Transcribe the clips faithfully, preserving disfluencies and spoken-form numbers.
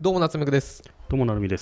どうも夏目くです。 どうもなるみです。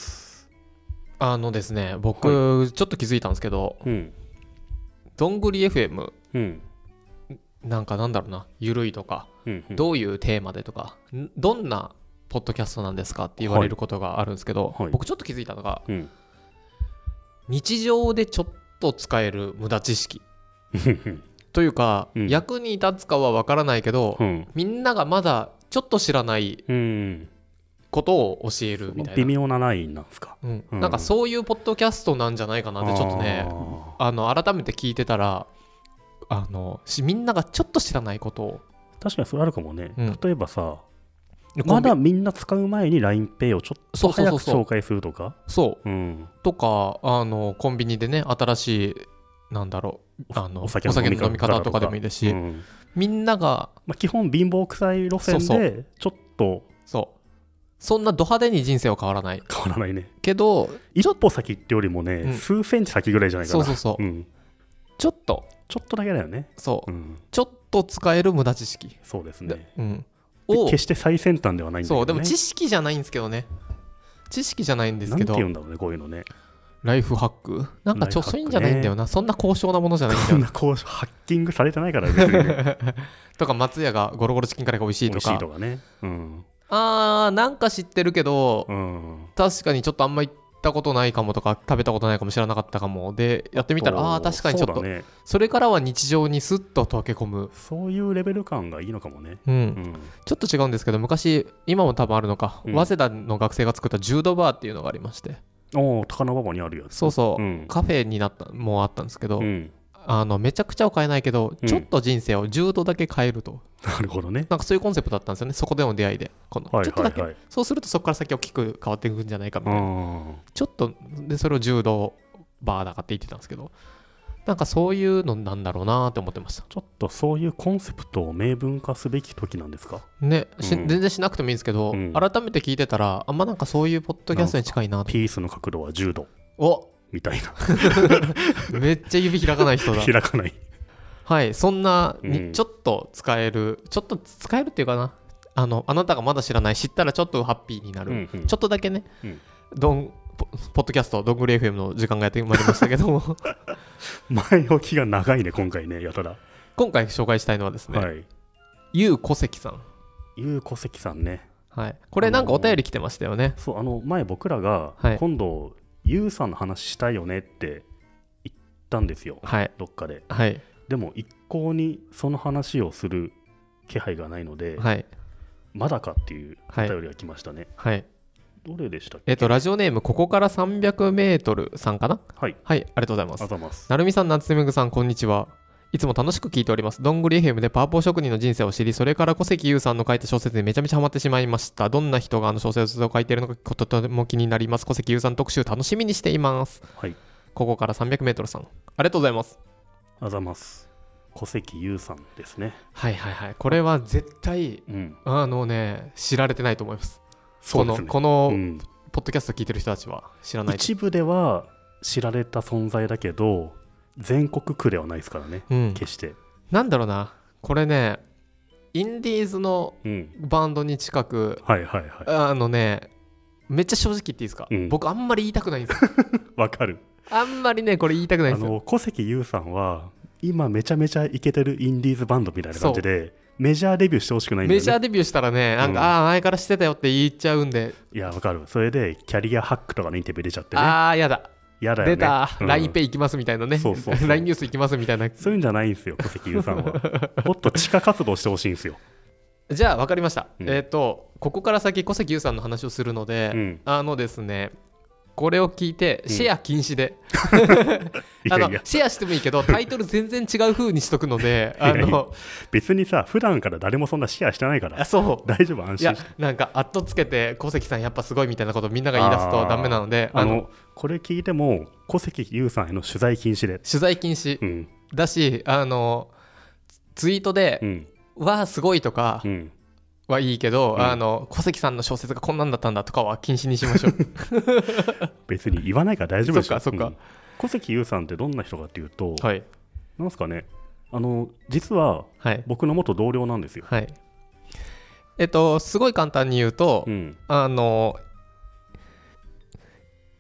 あのですね僕、はい、ちょっと気づいたんですけど、うん、どんぐり エフエム、うん、なんかなんだろうな、ゆるいとか、うんうん、どういうテーマでとか、どんなポッドキャストなんですかって言われることがあるんですけど、はいはい、僕ちょっと気づいたのが、うん、日常でちょっと使える無駄知識というか、うん、役に立つかは分からないけど、うん、みんながまだちょっと知らないことを教えるみたいな、 微妙なラインなんですか、 うんうん、なんかそういうポッドキャストなんじゃないかなってちょっとね、ああの改めて聞いてたら、あのみんながちょっと知らないことを、 確かにそれあるかもね、うん、例えばさ、まだみんな使う前に ラインペイ をちょっと早く紹介するとか、 そう、うん、とか、あのコンビニでね、新しいなんだろう、あのお酒の飲み方とかでもいいですし、うん、みんなが、 まあ、基本貧乏くさい路線でちょっと、 そうそんなド派手に人生は変わらない変わらないねけど、 一歩先ってよりもね、うん、数センチ先ぐらいじゃないかな。 そうそうそう、うん、ちょっとちょっとだけだよね。 そう、うん、ちょっと使える無駄知識。 そうですね、 うん、 決して最先端ではないんだけどね。 そうでも知識じゃないんですけどね知識じゃないんですけど、 なんて言うんだろうね、こういうのね。 ライフハックなんかちょそういうんじゃないんだよな、そんな高尚なものじゃないんだよな。 そんな高尚、ハッキングされてないから別に、ね、 とか松屋がゴロゴロチキンカレーが美味しいとか、 美味しいとかね、うん、 あーなんか知ってるけど、うん、確かにちょっとあんま行ったことないかもとか、食べたことないかも、知らなかったかもでやってみたら、あー確かにちょっと そ,、ね、それからは日常にスッと溶け込む、 そういうレベル感がいいのかもね、 うんうん、ちょっと違うんですけど、昔今も多分あるのか、うん、早稲田の学生が作ったジュードバーっていうのがありまして、 お高野馬場にあるやつ。 そうそう、うん、カフェになったもうあったんですけど、うん、あのめちゃくちゃは買えないけど、うん、ちょっと人生をじゅうどだけ変えると。 なるほどね。 なんかそういうコンセプトだったんですよね、そこでの出会いで。このちょっとだけ、はいはいはい、そうするとそこから先大きく変わっていくんじゃないかみたいな、ちょっとでそれをじゅうどバーだかって言ってたんですけど、なんかそういうのなんだろうなって思ってました。 ちょっとそういうコンセプトを明文化すべき時なんですかね、うん、全然しなくてもいいんですけど、うん、改めて聞いてたら、あんまなんかそういうポッドキャストに近いなと。 ピースの角度はじゅうどおみたいなめっちゃ指開かない人だ。 開かない。 はい、そんなにちょっと使える、うん、ちょっと使えるっていうかな、あのあなたがまだ知らない、知ったらちょっとハッピーになる、うんうん、ちょっとだけね、うん、どんポッドキャストどんぐり エフエム の時間がやってまいりましたけども前置きが長いね今回ね、やたら。 今回紹介したいのはですね、はい、ゆうこせきさん。 ゆうこせきさんね、 はい、これなんかお便り来てましたよね。 そう、あの前僕らが今度、はい、ゆうさんの話したいよねって言ったんですよ、はい、どっかで、はい、でも一向にその話をする気配がないので、はい、まだかっていうお便りが来ましたね。はい、はい、どれでしたっけ。 えっとラジオネームここからさんびゃくメートルさんかな。はい、はい、ありがとうございます。ありがとうございます。なるみさん、夏目ぐさん、こんにちは。いつも楽しく聞いております。どんぐり エフエム でパワポー職人の人生を知り、それから小関優さんの書いた小説にめちゃめちゃハマってしまいました。どんな人があの小説を書いているのかとても気になります。小関優さん特集楽しみにしています。はい、ここからさんびゃくメートルさん、ありがとうございます。 ありがとうございます。小関優さんですね。 はいはいはい、これは絶対、うん、あのね知られてないと思います。そうですね、この、この、うん、ポッドキャスト聞いてる人たちは知らない。 一部では知られた存在だけど全国区ではないですからね、うん、決して。 なんだろうな、これねインディーズのバンドに近く、うん、はいはいはい、あのねめっちゃ正直言っていいですか、うん、僕あんまり言いたくないんですよ。 わかる。 あんまりねこれ言いたくないんですよ。 あの小関優さんは今めちゃめちゃイケてるインディーズバンドみたいな感じでメジャーデビューしてほしくないんだよね。 メジャーデビューしたらね、なんか、うん、ああ前からしてたよって言っちゃうんで。 いやわかる。それでキャリアハックとかのインタビュー出ちゃってね。 ああやだやだよね、 出た、うん、ラインペイ 行きますみたいなね。そうそうそうライン ニュース行きますみたいな。 そういうんじゃないんですよ小関優さんは。もっと地下活動してほしいんですよ。 じゃあ分かりました、うん、えっ、ー、とここから先小関優さんの話をするので、うん、あのですねこれを聞いてシェア禁止で、うん、あのいやいやシェアしてもいいけどタイトル全然違う風にしとくのであのいやいや別にさ普段から誰もそんなシェアしてないから。そう大丈夫、安心して。いやなんかアットつけて小関さんやっぱすごいみたいなことをみんなが言い出すとダメなので、 あのあのこれ聞いても小関優さんへの取材禁止で。 取材禁止、うん、だしあのツイートで、うん、わあすごいとか、うんはいいけど、うん、あの小関さんの小説がこんなんだったんだとかは禁止にしましょう。 別に言わないから大丈夫でしょ。 そっかそっか、うん、 小関優さんってどんな人かっていうと、はい、なんすかね、あの実は僕の元同僚なんですよ。はい、 えっとすごい簡単に言うと、うん、あの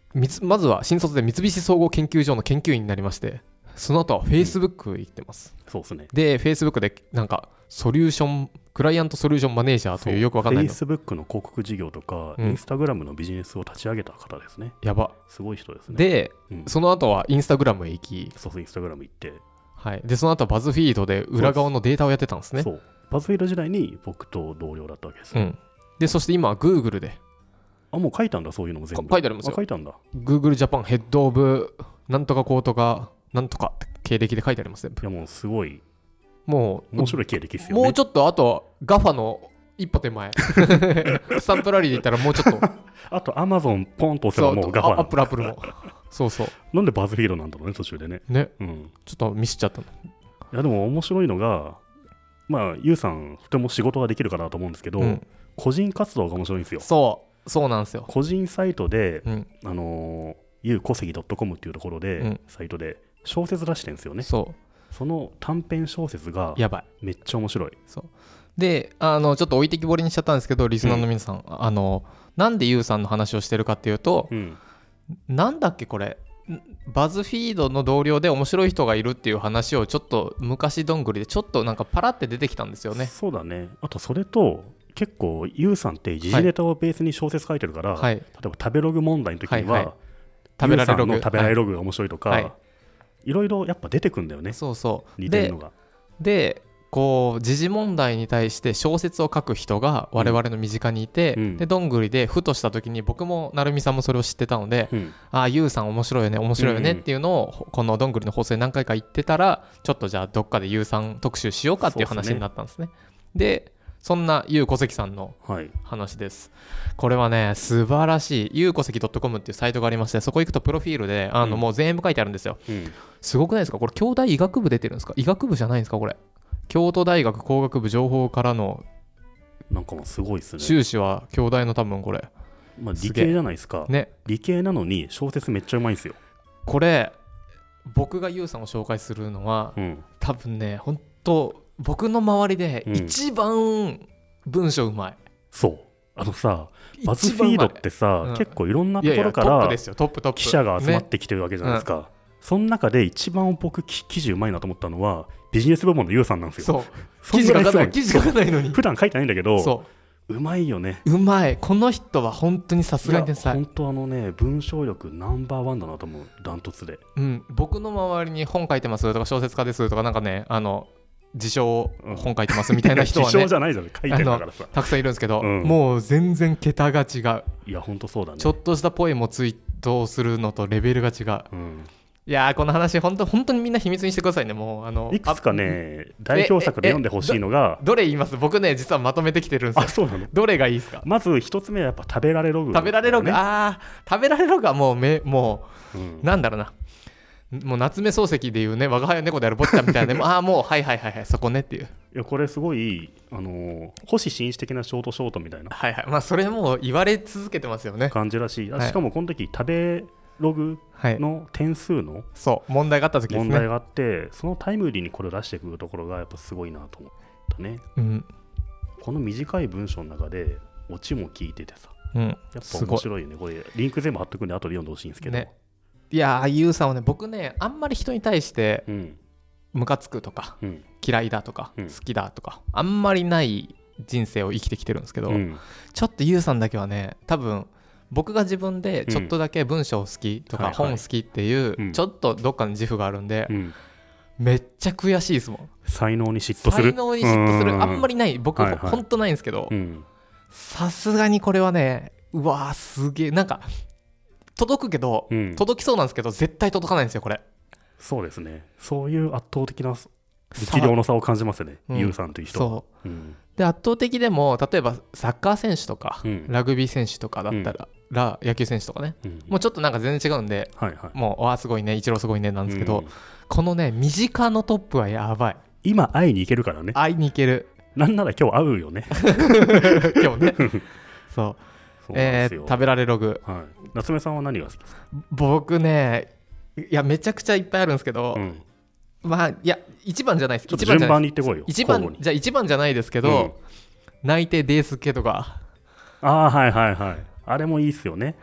まずは新卒で三菱総合研究所の研究員になりまして、その後は Facebook 行ってます、 うん、そうですね。 で Facebook でなんかソリューションクライアントソリューションマネージャーというよくわかんないの Facebook の広告事業とか、うん、Instagram のビジネスを立ち上げた方ですね。 やば、 すごい人ですね。 で、うん、その後は Instagram へ行き、 そうそう Instagram 行って、 はい、でその後はバズフィードで裏側のデータをやってたんですね。 そう、バズフィード時代に僕と同僚だったわけです、 うん、でそして今は Google で、 あ、もう書いたんだ、そういうのも全部書いてありますよ。 あ、書いたんだ。 Google Japan ヘッドオブなんとかこうとかなんとかって経歴で書いてありますね。 いやもうすごいもう面白い経歴ですよね。 もうちょっとあと ガファ の一歩手前スタンプラリーで言ったらもうちょっとあと Amazon ポンと押せばもう ガファアップルアップルもそうそう、 なんでバズフィードなんだろうね途中でね。 ね、 うん、 ちょっとミスっちゃったの。 いやでも面白いのが、まあユウさんとても仕事ができるからだと思うんですけど、うん、個人活動が面白いんですよ。 そうそうなんですよ。 個人サイトで、 うん、 あのユウコセギ .com っていうところで、うん、サイトで小説出してるんですよね。 そうその短編小説がやばい、 めっちゃ面白い。 そうで、あのちょっと置いてきぼりにしちゃったんですけど、リスナーの皆さん、うん、あのなんでユウさんの話をしてるかっていうと、うん、なんだっけこれバズフィードの同僚で面白い人がいるっていう話をちょっと昔どんぐりでちょっとなんかパラって出てきたんですよね。 そうだね。あとそれと結構ユウさんって時事ネタをベースに小説書いてるから、はい、例えば食べログ問題の時には、はいはい、 食べられログ、 ユウさんの食べられログが面白いとか、はいはい、いろいろやっぱ出てくんだよね。 そうそう似てるのがで、でこう時事問題に対して小説を書く人が我々の身近にいて、うん、でどんぐりでふとした時に僕も成美さんもそれを知ってたので、うん、ああユウさん面白いよね面白いよねっていうのをこのどんぐりの放送で何回か言ってたら、ちょっとじゃあどっかでユウさん特集しようかっていう話になったんですね。でそんなユウコセキさんの話です、はい、これはね素晴らしいユウコセキ .com っていうサイトがありまして、そこ行くとプロフィールであの、うん、もう全部書いてあるんですよ、うん、すごくないですかこれ。京大医学部出てるんですか。医学部じゃないんですかこれ。京都大学工学部情報からのなんかもすごいですね。 修士は京大の多分これ、 まあ、理系じゃないですか、ね、理系なのに小説めっちゃうまいんですよ。 これ僕がユウさんを紹介するのは、うん、多分ね本当僕の周りで一番文章うまい、うん、 そうあのさバズフィードってさ、うん、結構いろんなところから記者が集まってきてるわけじゃないですか、ね、うん、その中で一番僕記事うまいなと思ったのはビジネス部門のユウさんなんですよ。 そう記事書かない記事書かないのに普段書いてないんだけど、そううまいよね。 うまい。この人は本当にさすがに天才。 本当あのね文章力ナンバーワンだなと思う。ダントツで、 うん、僕の周りに本書いてますとか小説家ですとかなんかねあの自称本書いてますみたいな人はね自称じゃないじゃん書いてるからさたくさんいるんですけど、うん、もう全然桁が違う。 いや本当そうだね。 ちょっとしたポエムをツイートするのとレベルが違う、うん、いやーこの話本当本当にみんな秘密にしてくださいね。もうあのいくつかね代表作で読んでほしいのがど, どれ言います。僕ね実はまとめてきてるんですよ。 あそうなの。 どれがいいですか。 まず一つ目はやっぱ食べられログ、ね、 食べられログ、あー食べられログはもうめもう、うん、なんだろうなもう夏目漱石でいうね我が輩は猫である坊ちゃんみたいなああもうはいはいはいはいそこねっていう。 いやこれすごいあのー、星新一的なショートショートみたいなはいはいまあそれも言われ続けてますよね感じらしい。しかもこの時食べログの点数の、はい、 そう問題があった時ですね。 問題があってそのタイムリーにこれを出してくるところがやっぱすごいなと思ったね、うん、この短い文章の中でオチも聞いててさ、うん、やっぱ面白いよね。これリンク全部貼っとくんで後で読んでほしいんですけど、ね、 いやーユウさんはね僕ねあんまり人に対してムカつくとか、うん、嫌いだとか、うん、好きだとかあんまりない人生を生きてきてるんですけど、うん、ちょっとユウさんだけはね多分僕が自分でちょっとだけ文章好きとか本好きっていうちょっとどっかの自負があるんで、うん、めっちゃ悔しいですもん。 才能に嫉妬する才能に嫉妬するあんまりない僕、はいはい、ほんとないんですけどさすがにこれはねうわーすげえなんか届くけど、うん、届きそうなんですけど絶対届かないんですよこれ。 そうですね。そういう圧倒的な力量の差を感じますねユウさんという人は。そう、うん、で圧倒的でも例えばサッカー選手とか、うん、ラグビー選手とかだったら、うん、ら野球選手とかね、うん、もうちょっとなんか全然違うんで、はいはい、もうわーすごいねイチローすごいねなんですけど、うん、このね身近のトップはやばい。 今会いに行けるからね。 会いに行ける。 なんなら今日会うよね今日ねそうえー、食べられログ、 はい、夏目さんは何が好きですか。 僕ねいやめちゃくちゃいっぱいあるんですけど、うん、まあいや一番じゃないです。 ちょっと順番に言ってこいよ。 一番じゃあ一番じゃないですけど、うん、泣いてデースケとかああはいはいはいあれもいいっすよね。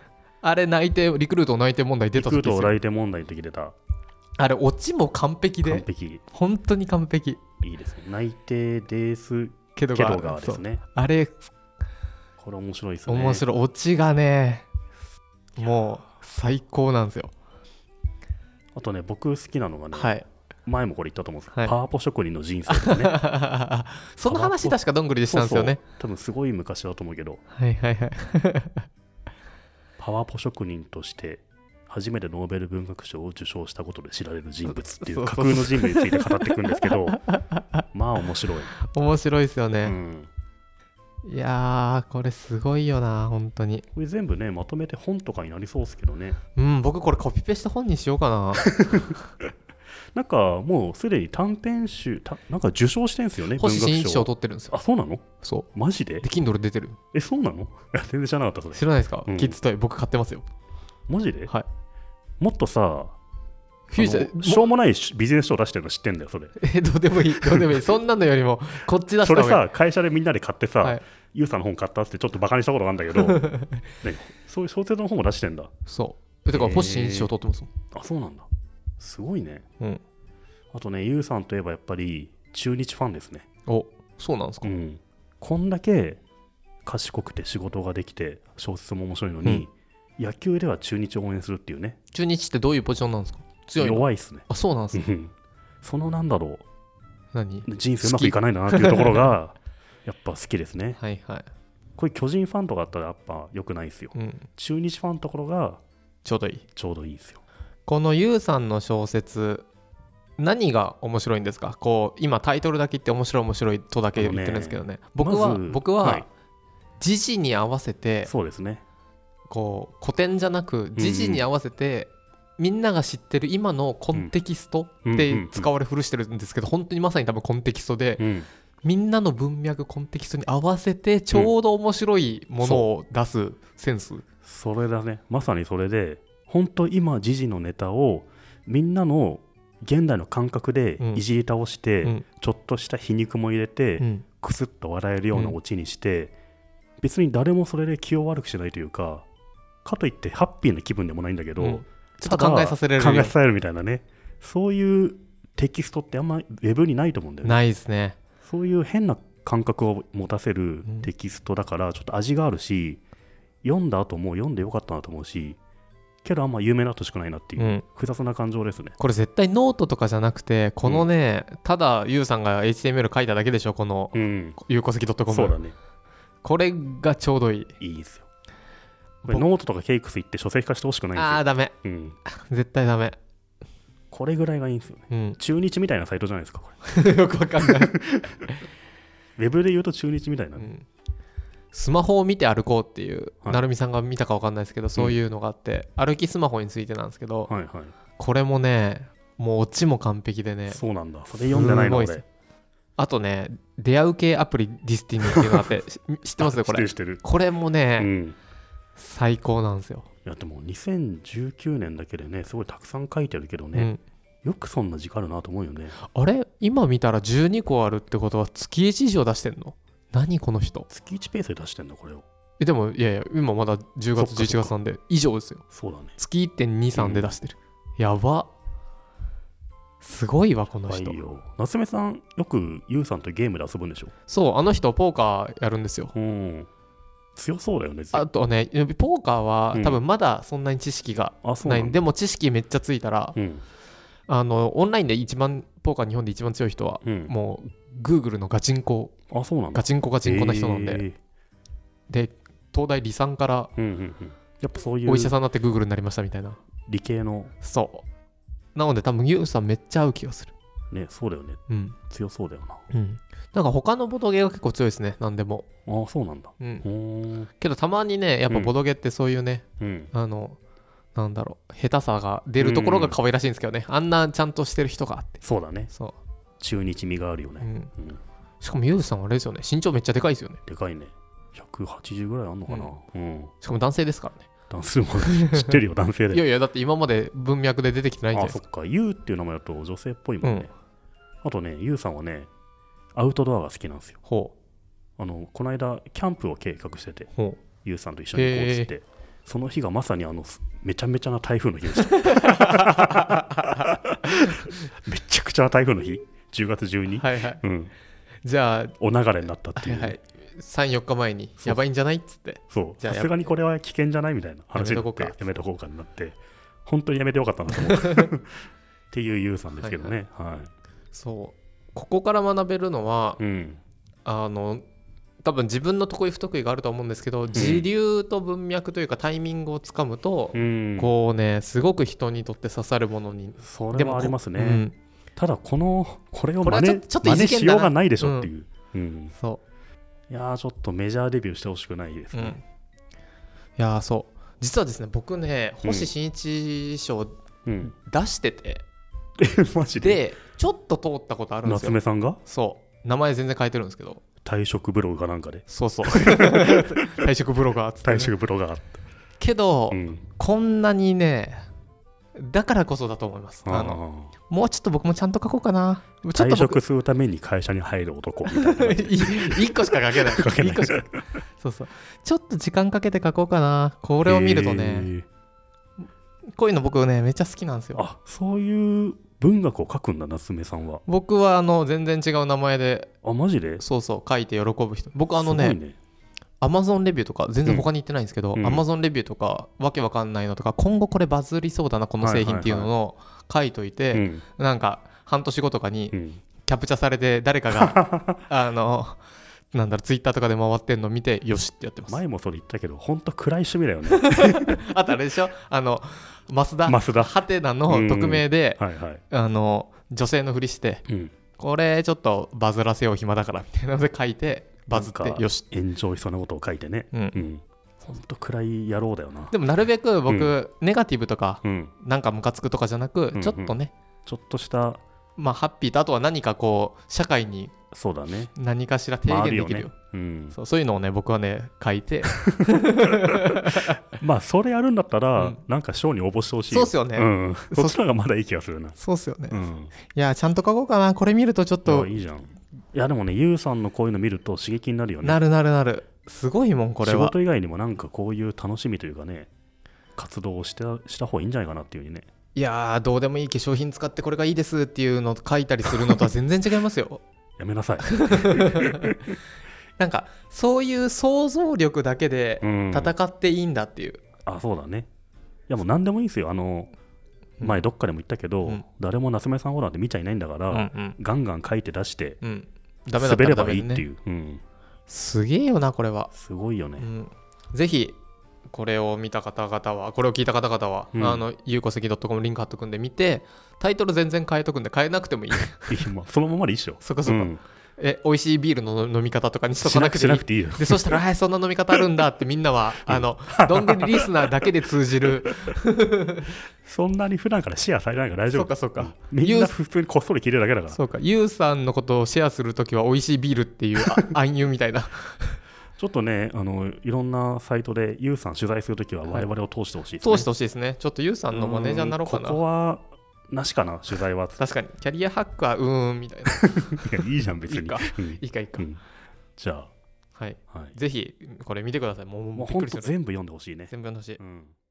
あれ内定リクルート内定問題出た時ですよ。 リクルート内定問題の時出た。 あれオチも完璧で、 完璧、 本当に完璧。 いいですね。内定ですけどがですね。 あれこれ面白いですね。 面白い。オチがねもう最高なんですよ。 あとね、僕好きなのがね、 はい、 前もこれ言ったと思うんですけど、はい、パワポ職人の人生とかねその話確かどんぐりでしたんですよね。 そうそう、多分すごい昔だと思うけど、 はいはいはいパワポ職人として初めてノーベル文学賞を受賞したことで知られる人物っていう架空の人物について語っていくんですけどまあ面白い面白いですよね、 うん、 いやーこれすごいよな本当に。 これ全部ねまとめて本とかになりそうですけどね。 うん、僕これコピペした本にしようかななんかもうすでに短編集たなんか受賞してるんですよね。 星新一賞取ってるんですよ。 あ、そうなの？ そう。 マジで？ で Kindle 出てる。 え、そうなの？いや全然知らなかったそれ。 知らないですか、うん、キッズトイ僕買ってますよ。 マジで？ はい。 もっとさフューチャーしょうもないビジネス書出してるの知ってんだよそれ。 えどうでもいいどうでもいいそんなのよりもこっち出した方がいい。 それさ会社でみんなで買ってさ、はい、ユウさんの本買ったってちょっとバカにしたことがあるんだけど、ね、そういう小説の本も出してんだ。 そうだから星新一賞取ってますもん。 あ、そうなんだ。すごいね。 うん。 あとね、ユウさんといえばやっぱり中日ファンですね。 お、そうなんですか、 うん、こんだけ賢くて仕事ができて小説も面白いのに、うん、野球では中日を応援するっていうね。 中日ってどういうポジションなんですか？強いの？ 弱いっすね。 あ、そうなんですねそのなんだろう何人生うまくいかないんだなっていうところがやっぱ好きですねはいはい。 こういう巨人ファンとかあったらやっぱ良くないですよ、うん、中日ファンのところがちょうどいいちょうどいいですよ。 このユウさんの小説何が面白いんですか？こう今タイトルだけ言って面白い面白いとだけ言ってるんですけど ね, ね僕は、ま、僕は時事に合わせてそうですねこう古典じゃなく時事に合わせて、うん、みんなが知ってる今のコンテキストって使われ古してるんですけど、本当にまさに多分コンテキストで、うん、みんなの文脈コンテキストに合わせてちょうど面白いものを出すセンス、うん、 そ, それだね。まさにそれで本当今時事のネタをみんなの現代の感覚でいじり倒して、うん、ちょっとした皮肉も入れて、うん、クスッと笑えるようなオチにして、うん、別に誰もそれで気を悪くしないというか、かといってハッピーな気分でもないんだけど、うん、 ちょっと考えさせられる考えさせられるみたいなね。そういうテキストってあんまウェブにないと思うんだよね。 ないですね。 そういう変な感覚を持たせるテキストだからちょっと味があるし、読んだ後も読んでよかったなと思うし、けどあんま有名なとしかないなっていう複雑な感情ですね、うん、 これ絶対ノートとかじゃなくてこのね、うん、ただユウさんが エイチティーエムエル 書いただけでしょこの、うん、有効石 .com。 そうだね。 これがちょうどいい。 いいですよ。これノートとかケイクス行って書籍化してほしくないんですよ。 あーダメ、うん、絶対ダメ。 これぐらいがいいんですよね、うん、中日みたいなサイトじゃないですかこれよくわかんないウェブで言うと中日みたいな、ね、うん、 スマホを見て歩こうっていう、はい、成美さんが見たか分かんないですけどそういうのがあって、うん、歩きスマホについてなんですけど、はいはい、これもねもうオチも完璧でね。 そうなんだ。それ読んでないの俺。 あとね出会う系アプリディスティニーっていうのがあって知ってますねこれ。 知ってる知ってる。 これもね、うん、最高なんですよ。 いやでもにせんじゅうきゅうねんだけでねすごいたくさん書いてるけどね、うん、よくそんな時間あるなと思うよね。 あれ今見たらじゅうにこあるってことは月いち以上出してんの？何この人。 月いちペースで出してんのこれを。 えでもいやいや今まだじゅうがつじゅういちがつなんで以上ですよ。 そうだね。 月 いってんにさん で出してる、うん、やば。すごいわこの人。 夏目さんよくユウさんとゲームで遊ぶんでしょ？ そうあの人ポーカーやるんですよ、 うん、強そうだよね。 あとねポーカーは、うん、多分まだそんなに知識がないんで、も知識めっちゃついたら、うん、あのオンラインで一番ポーカー日本で一番強い人は、うん、もう Google のガチンコあそうなんだ。 ガチンコガチンコな人なんで、えー、で東大理産から、うんうんうん、 やっぱそういうお医者さんになって Google になりましたみたいな理系の。 そうなので多分ユウさんめっちゃ合う気がするね。そうだよね、うん、強そうだよな、 うん、なんか他のボドゲが結構強いですね何でも。 ああそうなんだ、 うん、けどたまにねやっぱボドゲってそういうね、うん、あのなんだろう下手さが出るところが可愛らしいんですけどね、うん、あんなちゃんとしてる人があって。 そうだね。 そう中日味があるよね、うんうん、 しかもユウさんあれですよね身長めっちゃでかいですよね。 でかいね。ひゃくはちじゅうぐらいあんのかな、うんうん、 しかも男性ですからね。 男性も知ってるよ男性で。 いやいやだって今まで文脈で出てきてないんじゃないですか。 あそっかユウっていう名前だと女性っぽいもんね、うん、あとねユウさんはねアウトドアが好きなんですよ。ほう。あのこの間キャンプを計画しててユウさんと一緒に行こうっつってその日がまさにあのめちゃめちゃな台風の日でしためちゃくちゃな台風の日、じゅうがつじゅうにに、はいはい、うん、じゃあお流れになったっていう、はいはい、 さんよっかまえにやばいんじゃないっつって、 そうさすがにこれは危険じゃないみたいな話になってやめとこうかになって、本当にやめてよかったなと思ってっていうユウさんですけどね、はいはい、はい、 そうここから学べるのは、うん、あの多分自分の得意不得意があると思うんですけど、うん、時流と文脈というかタイミングをつかむと、うん、こうねすごく人にとって刺さるものに、 それはありますね、うん、ただこのこれを真似、真似しようがないでしょっていう、うんうん、そういやーちょっとメジャーデビューしてほしくないですね、うん、いやーそう実はですね僕ね星新一賞出してて、 うん、マジででちょっと通ったことあるんですよ。 夏目さんが？ そう名前全然変えてるんですけど、 退職ブログかなんかで、 そうそう退職ブロガーっつって、 ね、退職ブロガーけど、うん、こんなにねだからこそだと思います。あのもうちょっと僕もちゃんと書こうかな。ちょっと退職するために会社に入る男みたいないっこしか書けない書けないいっこしかそうそうちょっと時間かけて書こうかな。これを見るとねこういうの僕ねめっちゃ好きなんですよ。 あ、そういう文学を書くんだ夏目さんは。 僕はあの全然違う名前で、 あマジでそうそう書いて喜ぶ人、僕あのねアマゾンレビューとか全然他に言ってないんですけど、アマゾンレビューとかわけわかんないのとか今後これバズりそうだなこの製品っていうのを書いといて、はいはいはい、なんか半年後とかにキャプチャされて誰かがあのなんだろうツイッターとかで回ってんの見てよしってやってます。 前もそれ言ったけど本当暗い趣味だよねあとあれでしょ、あの増田ハテナの匿名で、うんはいはい、あの女性のふりして、うん、これちょっとバズらせよう暇だからみたいなので書いてバズってよし炎上しそうなことを書いてね、うんうん、ほんと暗い野郎だよな。 でもなるべく僕、うん、ネガティブとか、うん、なんかムカつくとかじゃなく、うんうん、ちょっとねちょっとしたまあハッピーとあとは何かこう社会にそうだね何かしら提言できるよ、ねうん、そう、そういうのをね僕はね書いてまあそれやるんだったら、うん、なんか賞に応募してほしい。 そうっすよね、うん、 そっちの方がまだいい気がするな。 そうっすよね、うん、いやちゃんと書こうかな。これ見るとちょっといいじゃん。いやでもねユウさんのこういうの見ると刺激になるよね。 なるなるなるすごいもんこれは。 仕事以外にもなんかこういう楽しみというかね活動をしたした方がいいんじゃないかなっていう風にね。 いやーどうでもいい化粧品使ってこれがいいですっていうのを書いたりするのとは全然違いますよやめなさいなんかそういう想像力だけで戦っていいんだっていう、 うん、あそうだね。いやもう何でもいいですよ。あの前どっかでも言ったけど、うん、誰も夏目さんほらで見ちゃいないんだから、うんうん、ガンガン書いて出して、うん、ダメだったらダメだね、滑ればいいっていう、うん、 すげえよなこれは。 すごいよね、うん、ぜひこれを見た方々はこれを聞いた方々は、うん、あのゆうこせき .com リンク貼っとくんで見てタイトル全然変えとくんで変えなくてもいいそのままでいいっしょ。 そこそこ、うん、え美味しいビールの飲み方とかにしとかなくていい。しなくていいよ。でそしたらそんな飲み方あるんだってみんなはあのどんぐりリスナーだけで通じるそんなに普段からシェアされないから大丈夫。 そうかそうか、 うん、みんな普通にこっそり聞いてるだけだから。 そうかゆうさんのことをシェアするときは美味しいビールっていう暗喩みたいなちょっとねあのいろんなサイトでユウさん取材するときは我々を通してほしいですね、 はい、通してほしいですね。ちょっとユウさんのマネージャーになろうかな。 ここはなしかな取材は。 確かにキャリアハックはうーんみたいないやいいじゃん別に。いいか、うん、いいかいいか、うん、 じゃあ、 はいはい、ぜひこれ見てください。もうもうほんと全部読んでほしいね。 全部読んでほしい、 うん